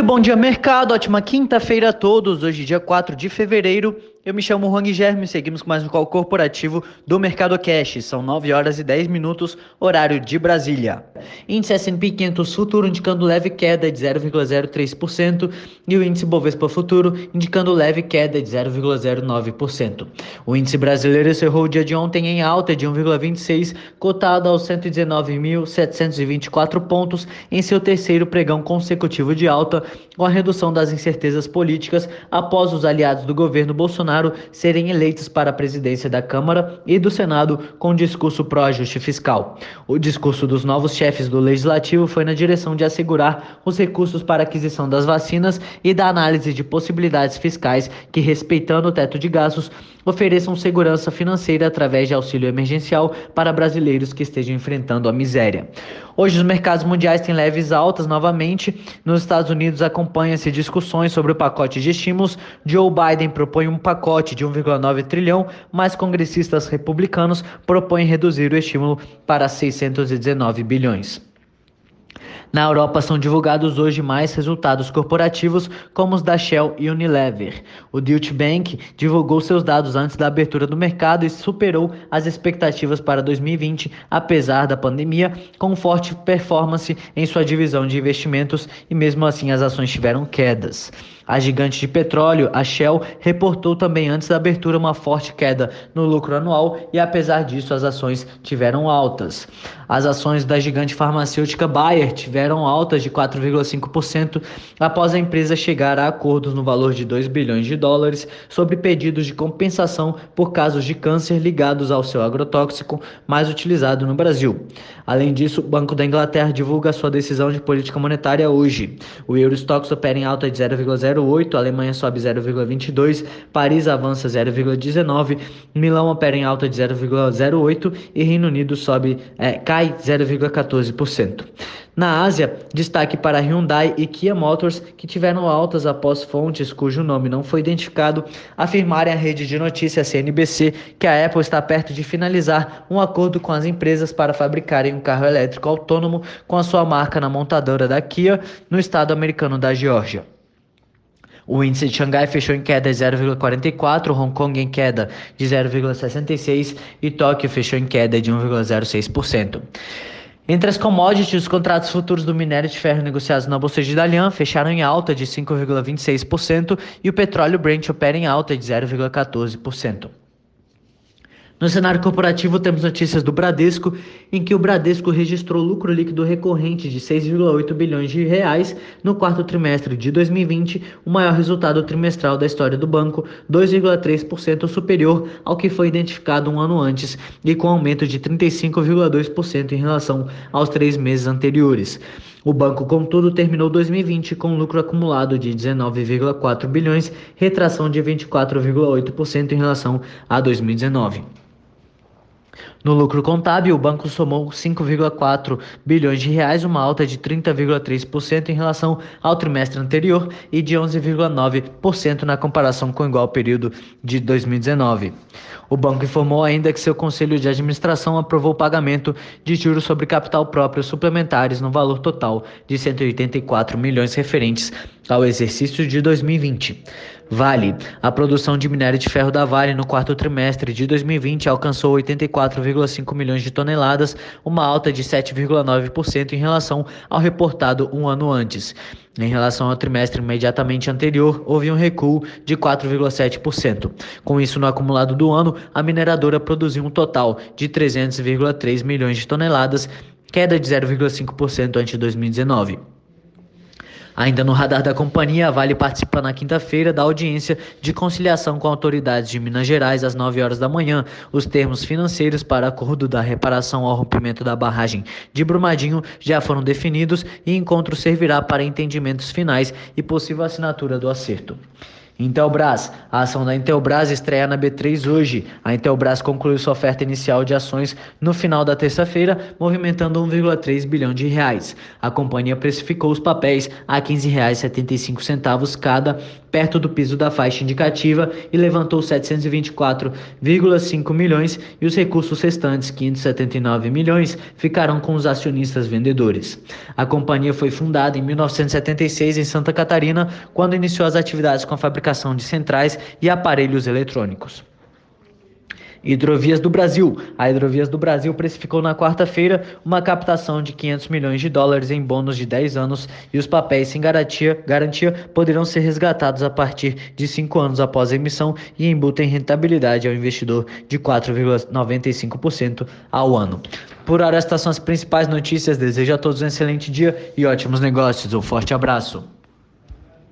Bom dia, mercado. Ótima quinta-feira a todos. Hoje, dia 4 de fevereiro. Eu me chamo Juan Guilherme e seguimos com mais um call corporativo do Mercado Cash. São 9 horas e 10 minutos, horário de Brasília. Índice S&P 500 futuro indicando leve queda de 0,03% e o índice Bovespa futuro indicando leve queda de 0,09%. O índice brasileiro encerrou o dia de ontem em alta de 1,26, cotado aos 119.724 pontos em seu terceiro pregão consecutivo de alta, com a redução das incertezas políticas após os aliados do governo Bolsonaro serem eleitos para a presidência da Câmara e do Senado com discurso pró-ajuste fiscal. O discurso dos novos chefes do Legislativo foi na direção de assegurar os recursos para a aquisição das vacinas e da análise de possibilidades fiscais que, respeitando o teto de gastos, ofereçam segurança financeira através de auxílio emergencial para brasileiros que estejam enfrentando a miséria. Hoje os mercados mundiais têm leves altas novamente. Nos Estados Unidos acompanham-se discussões sobre o pacote de estímulos. Joe Biden propõe um pacote de 1,9 trilhão, mas congressistas republicanos propõem reduzir o estímulo para 619 bilhões. Na Europa são divulgados hoje mais resultados corporativos, como os da Shell e Unilever. O Deutsche Bank divulgou seus dados antes da abertura do mercado e superou as expectativas para 2020, apesar da pandemia, com forte performance em sua divisão de investimentos, e mesmo assim as ações tiveram quedas. A gigante de petróleo, a Shell, reportou também antes da abertura uma forte queda no lucro anual e, apesar disso, as ações tiveram altas. As ações da gigante farmacêutica Bayer tiveram altas de 4,5% após a empresa chegar a acordos no valor de 2 bilhões de dólares sobre pedidos de compensação por casos de câncer ligados ao seu agrotóxico mais utilizado no Brasil. Além disso, o Banco da Inglaterra divulga sua decisão de política monetária hoje. O Eurostoxx opera em alta de 0,08%, a Alemanha sobe 0,22%, Paris avança 0,19%, Milão opera em alta de 0,08% e Reino Unido cai 0,14%. Na Ásia, destaque para Hyundai e Kia Motors, que tiveram altas após fontes cujo nome não foi identificado afirmarem à rede de notícias CNBC que a Apple está perto de finalizar um acordo com as empresas para fabricarem um carro elétrico autônomo com a sua marca na montadora da Kia no estado americano da Geórgia. O índice de Xangai fechou em queda de 0,44%, Hong Kong em queda de 0,66% e Tóquio fechou em queda de 1,06%. Entre as commodities, os contratos futuros do minério de ferro negociados na Bolsa de Dalian fecharam em alta de 5,26% e o petróleo Brent opera em alta de 0,14%. No cenário corporativo, temos notícias do Bradesco, em que o Bradesco registrou lucro líquido recorrente de 6,8 bilhões de reais no quarto trimestre de 2020, o maior resultado trimestral da história do banco, 2,3% superior ao que foi identificado um ano antes e com aumento de 35,2% em relação aos 3 meses anteriores. O banco, contudo, terminou 2020 com um lucro acumulado de 19,4 bilhões, retração de 24,8% em relação a 2019. No lucro contábil, o banco somou 5,4 bilhões de reais, uma alta de 30,3% em relação ao trimestre anterior e de 11,9% na comparação com o igual período de 2019. O banco informou ainda que seu conselho de administração aprovou o pagamento de juros sobre capital próprio suplementares no valor total de 184 milhões referentes ao exercício de 2020. Vale. A produção de minério de ferro da Vale no quarto trimestre de 2020 alcançou 84,5 milhões de toneladas, uma alta de 7,9% em relação ao reportado um ano antes. Em relação ao trimestre imediatamente anterior, houve um recuo de 4,7%. Com isso, no acumulado do ano, a mineradora produziu um total de 300,3 milhões de toneladas, queda de 0,5% ante 2019. Ainda no radar da companhia, a Vale participa na quinta-feira da audiência de conciliação com autoridades de Minas Gerais às 9 horas da manhã. Os termos financeiros para acordo da reparação ao rompimento da barragem de Brumadinho já foram definidos e encontro servirá para entendimentos finais e possível assinatura do acerto. Intelbras. A ação da Intelbras estreia na B3 hoje. A Intelbras concluiu sua oferta inicial de ações no final da terça-feira, movimentando 1,3 bilhão de reais. A companhia precificou os papéis a R$ 15,75 cada, perto do piso da faixa indicativa e levantou 724,5 milhões e os recursos restantes, 579 milhões, ficaram com os acionistas vendedores. A companhia foi fundada em 1976 em Santa Catarina, quando iniciou as atividades com a fabricação de centrais e aparelhos eletrônicos. Hidrovias do Brasil. A Hidrovias do Brasil precificou na quarta-feira uma captação de 500 milhões de dólares em bônus de 10 anos e os papéis sem garantia poderão ser resgatados a partir de 5 anos após a emissão e embutem rentabilidade ao investidor de 4,95% ao ano. Por hora, estas são as principais notícias. Desejo a todos um excelente dia e ótimos negócios. Um forte abraço.